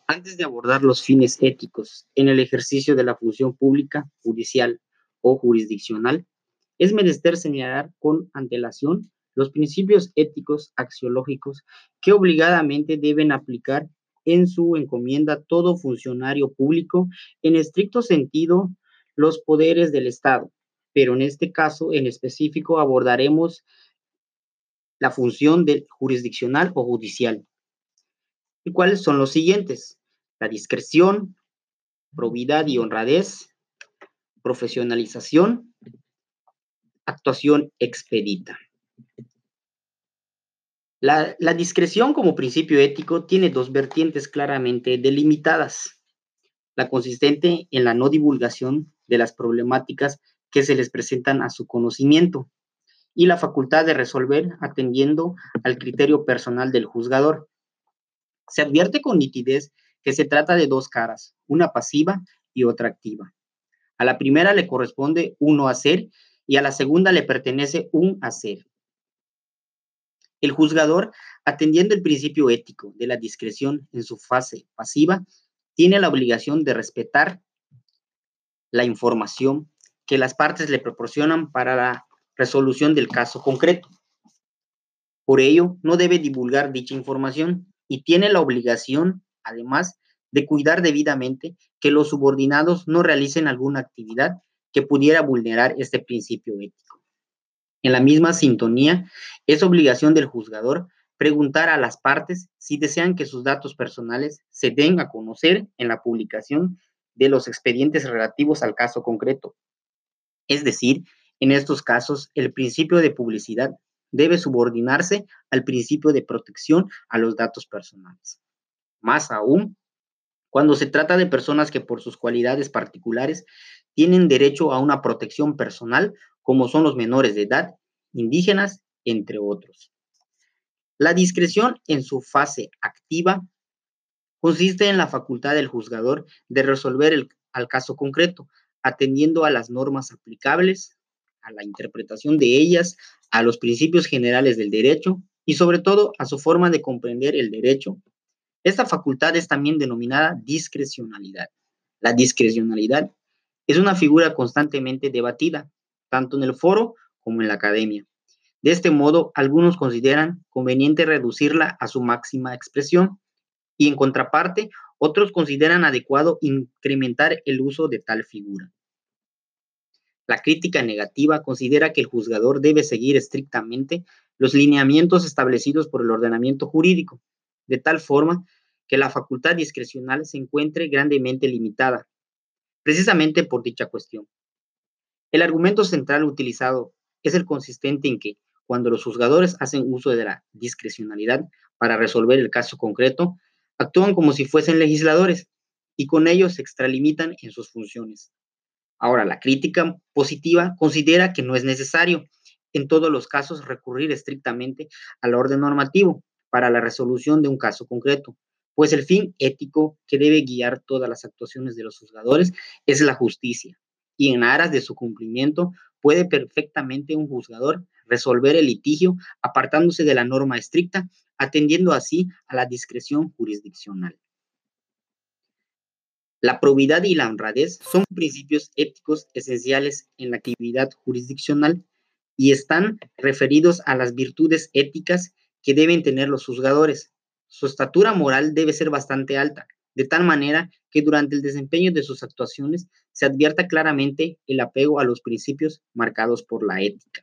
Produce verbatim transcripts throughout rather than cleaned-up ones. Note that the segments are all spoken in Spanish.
Antes de abordar los fines éticos en el ejercicio de la función pública, judicial o jurisdiccional, es menester señalar con antelación los principios éticos axiológicos que obligadamente deben aplicar en su encomienda todo funcionario público, en estricto sentido, los poderes del Estado. Pero en este caso en específico abordaremos la función del jurisdiccional o judicial. ¿Y cuáles son los siguientes? La discreción, probidad y honradez, profesionalización, actuación expedita. La, la discreción como principio ético tiene dos vertientes claramente delimitadas. La consistente en la no divulgación de las problemáticas que se les presentan a su conocimiento y la facultad de resolver atendiendo al criterio personal del juzgador. Se advierte con nitidez que se trata de dos caras, una pasiva y otra activa. A la primera le corresponde un no hacer y a la segunda le pertenece un hacer. El juzgador, atendiendo el principio ético de la discreción en su fase pasiva, tiene la obligación de respetar la información que las partes le proporcionan para la resolución del caso concreto. Por ello, no debe divulgar dicha información y tiene la obligación, además, de cuidar debidamente que los subordinados no realicen alguna actividad que pudiera vulnerar este principio ético. En la misma sintonía, es obligación del juzgador preguntar a las partes si desean que sus datos personales se den a conocer en la publicación de los expedientes relativos al caso concreto. Es decir, en estos casos, el principio de publicidad debe subordinarse al principio de protección a los datos personales. Más aún, cuando se trata de personas que por sus cualidades particulares tienen derecho a una protección personal, como son los menores de edad, indígenas, entre otros. La discreción en su fase activa consiste en la facultad del juzgador de resolver el, al caso concreto, atendiendo a las normas aplicables, a la interpretación de ellas, a los principios generales del derecho y sobre todo a su forma de comprender el derecho. Esta facultad es también denominada discrecionalidad. La discrecionalidad es una figura constantemente debatida, tanto en el foro como en la academia. De este modo, algunos consideran conveniente reducirla a su máxima expresión y, en contraparte, otros consideran adecuado incrementar el uso de tal figura. La crítica negativa considera que el juzgador debe seguir estrictamente los lineamientos establecidos por el ordenamiento jurídico, de tal forma que la facultad discrecional se encuentre grandemente limitada, precisamente por dicha cuestión. El argumento central utilizado es el consistente en que, cuando los juzgadores hacen uso de la discrecionalidad para resolver el caso concreto, actúan como si fuesen legisladores y con ello se extralimitan en sus funciones. Ahora, la crítica positiva considera que no es necesario en todos los casos recurrir estrictamente al orden normativo para la resolución de un caso concreto, pues el fin ético que debe guiar todas las actuaciones de los juzgadores es la justicia, y en aras de su cumplimiento puede perfectamente un juzgador resolver el litigio apartándose de la norma estricta, atendiendo así a la discreción jurisdiccional. La probidad y la honradez son principios éticos esenciales en la actividad jurisdiccional y están referidos a las virtudes éticas que deben tener los juzgadores. Su estatura moral debe ser bastante alta, de tal manera que durante el desempeño de sus actuaciones se advierta claramente el apego a los principios marcados por la ética.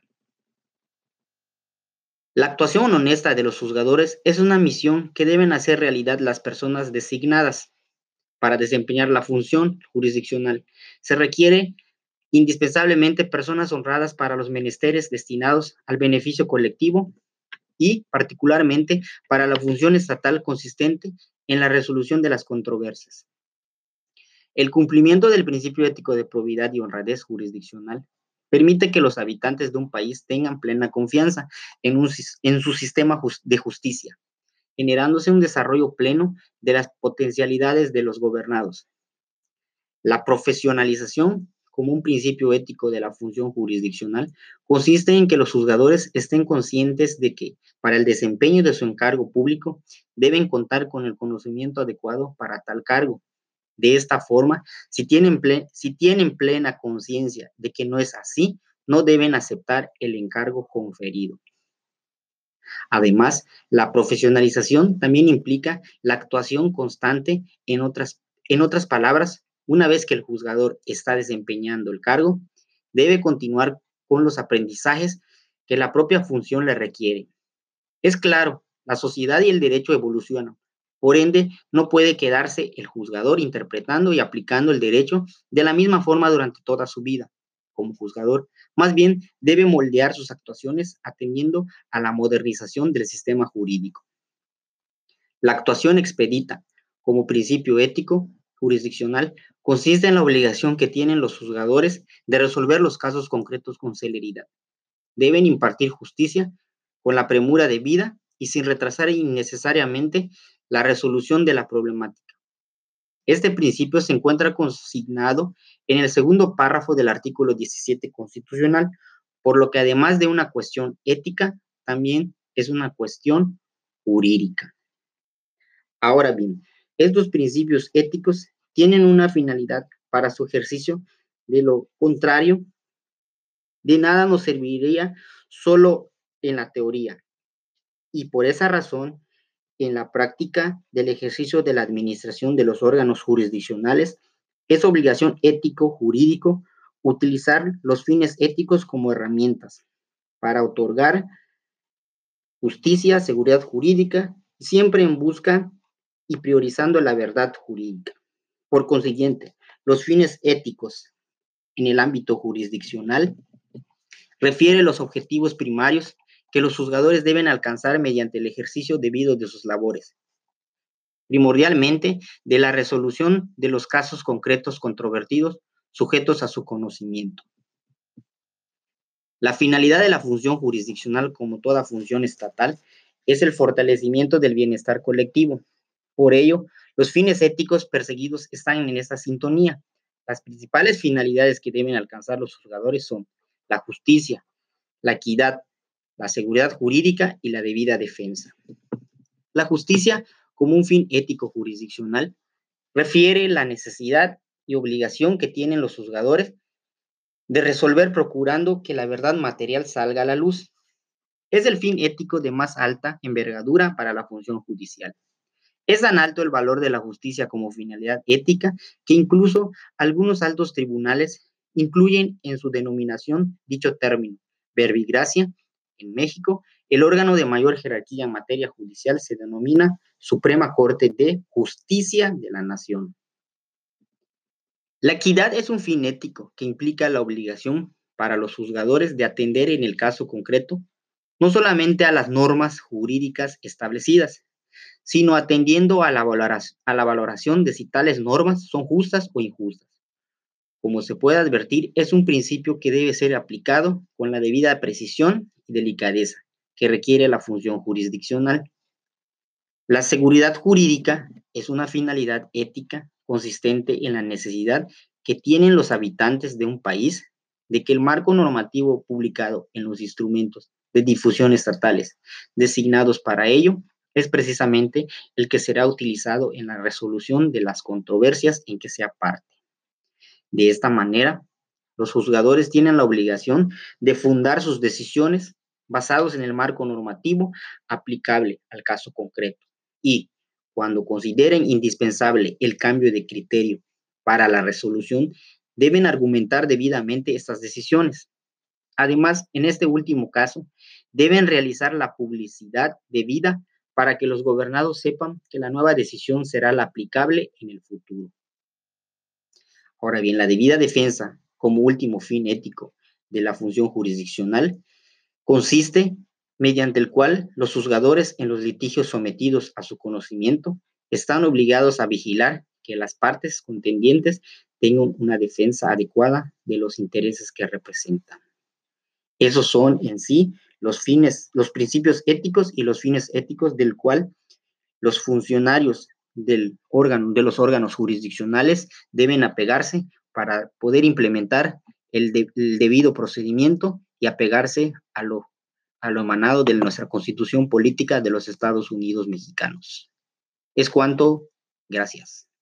La actuación honesta de los juzgadores es una misión que deben hacer realidad las personas designadas para desempeñar la función jurisdiccional. Se requiere indispensablemente personas honradas para los menesteres destinados al beneficio colectivo y particularmente para la función estatal consistente en la resolución de las controversias. El cumplimiento del principio ético de probidad y honradez jurisdiccional permite que los habitantes de un país tengan plena confianza en, un, en su sistema de justicia, generándose un desarrollo pleno de las potencialidades de los gobernados. La profesionalización como un principio ético de la función jurisdiccional, consiste en que los juzgadores estén conscientes de que, para el desempeño de su encargo público, deben contar con el conocimiento adecuado para tal cargo. De esta forma, si tienen, ple si tienen plena conciencia de que no es así, no deben aceptar el encargo conferido. Además, la profesionalización también implica la actuación constante. En otras, en otras palabras, una vez que el juzgador está desempeñando el cargo, debe continuar con los aprendizajes que la propia función le requiere. Es claro, la sociedad y el derecho evolucionan. Por ende, no puede quedarse el juzgador interpretando y aplicando el derecho de la misma forma durante toda su vida como juzgador. Más bien, debe moldear sus actuaciones atendiendo a la modernización del sistema jurídico. La actuación expedita, como principio ético jurisdiccional, consiste en la obligación que tienen los juzgadores de resolver los casos concretos con celeridad. Deben impartir justicia con la premura debida y sin retrasar innecesariamente la resolución de la problemática. Este principio se encuentra consignado en el segundo párrafo del artículo diecisiete constitucional, por lo que además de una cuestión ética, también es una cuestión jurídica. Ahora bien, estos principios éticos tienen una finalidad para su ejercicio. De lo contrario, de nada nos serviría solo en la teoría. Y por esa razón, en la práctica del ejercicio de la administración de los órganos jurisdiccionales, es obligación ético-jurídico utilizar los fines éticos como herramientas para otorgar justicia, seguridad jurídica, siempre en busca y priorizando la verdad jurídica. Por consiguiente, los fines éticos en el ámbito jurisdiccional refiere los objetivos primarios que los juzgadores deben alcanzar mediante el ejercicio debido de sus labores, primordialmente de la resolución de los casos concretos controvertidos sujetos a su conocimiento. La finalidad de la función jurisdiccional, como toda función estatal, es el fortalecimiento del bienestar colectivo. Por ello, los fines éticos perseguidos están en esta sintonía. Las principales finalidades que deben alcanzar los juzgadores son la justicia, la equidad, la seguridad jurídica y la debida defensa. La justicia, como un fin ético jurisdiccional, refiere la necesidad y obligación que tienen los juzgadores de resolver procurando que la verdad material salga a la luz. Es el fin ético de más alta envergadura para la función judicial. Es tan alto el valor de la justicia como finalidad ética que incluso algunos altos tribunales incluyen en su denominación dicho término. Verbigracia, en México, el órgano de mayor jerarquía en materia judicial se denomina Suprema Corte de Justicia de la Nación. La equidad es un fin ético que implica la obligación para los juzgadores de atender en el caso concreto no solamente a las normas jurídicas establecidas, sino atendiendo a la, valoración, a la valoración de si tales normas son justas o injustas. Como se puede advertir, es un principio que debe ser aplicado con la debida precisión y delicadeza que requiere la función jurisdiccional. La seguridad jurídica es una finalidad ética consistente en la necesidad que tienen los habitantes de un país de que el marco normativo publicado en los instrumentos de difusión estatales designados para ello es precisamente el que será utilizado en la resolución de las controversias en que sea parte. De esta manera, los juzgadores tienen la obligación de fundar sus decisiones basados en el marco normativo aplicable al caso concreto y, cuando consideren indispensable el cambio de criterio para la resolución, deben argumentar debidamente estas decisiones. Además, en este último caso, deben realizar la publicidad debida para que los gobernados sepan que la nueva decisión será la aplicable en el futuro. Ahora bien, la debida defensa, como último fin ético de la función jurisdiccional, consiste mediante el cual los juzgadores en los litigios sometidos a su conocimiento están obligados a vigilar que las partes contendientes tengan una defensa adecuada de los intereses que representan. Esos son en sí los fines, los principios éticos y los fines éticos del cual los funcionarios del órgano, de los órganos jurisdiccionales deben apegarse para poder implementar el, de, el debido procedimiento y apegarse a lo, a lo emanado de nuestra Constitución Política de los Estados Unidos Mexicanos. Es cuanto. Gracias.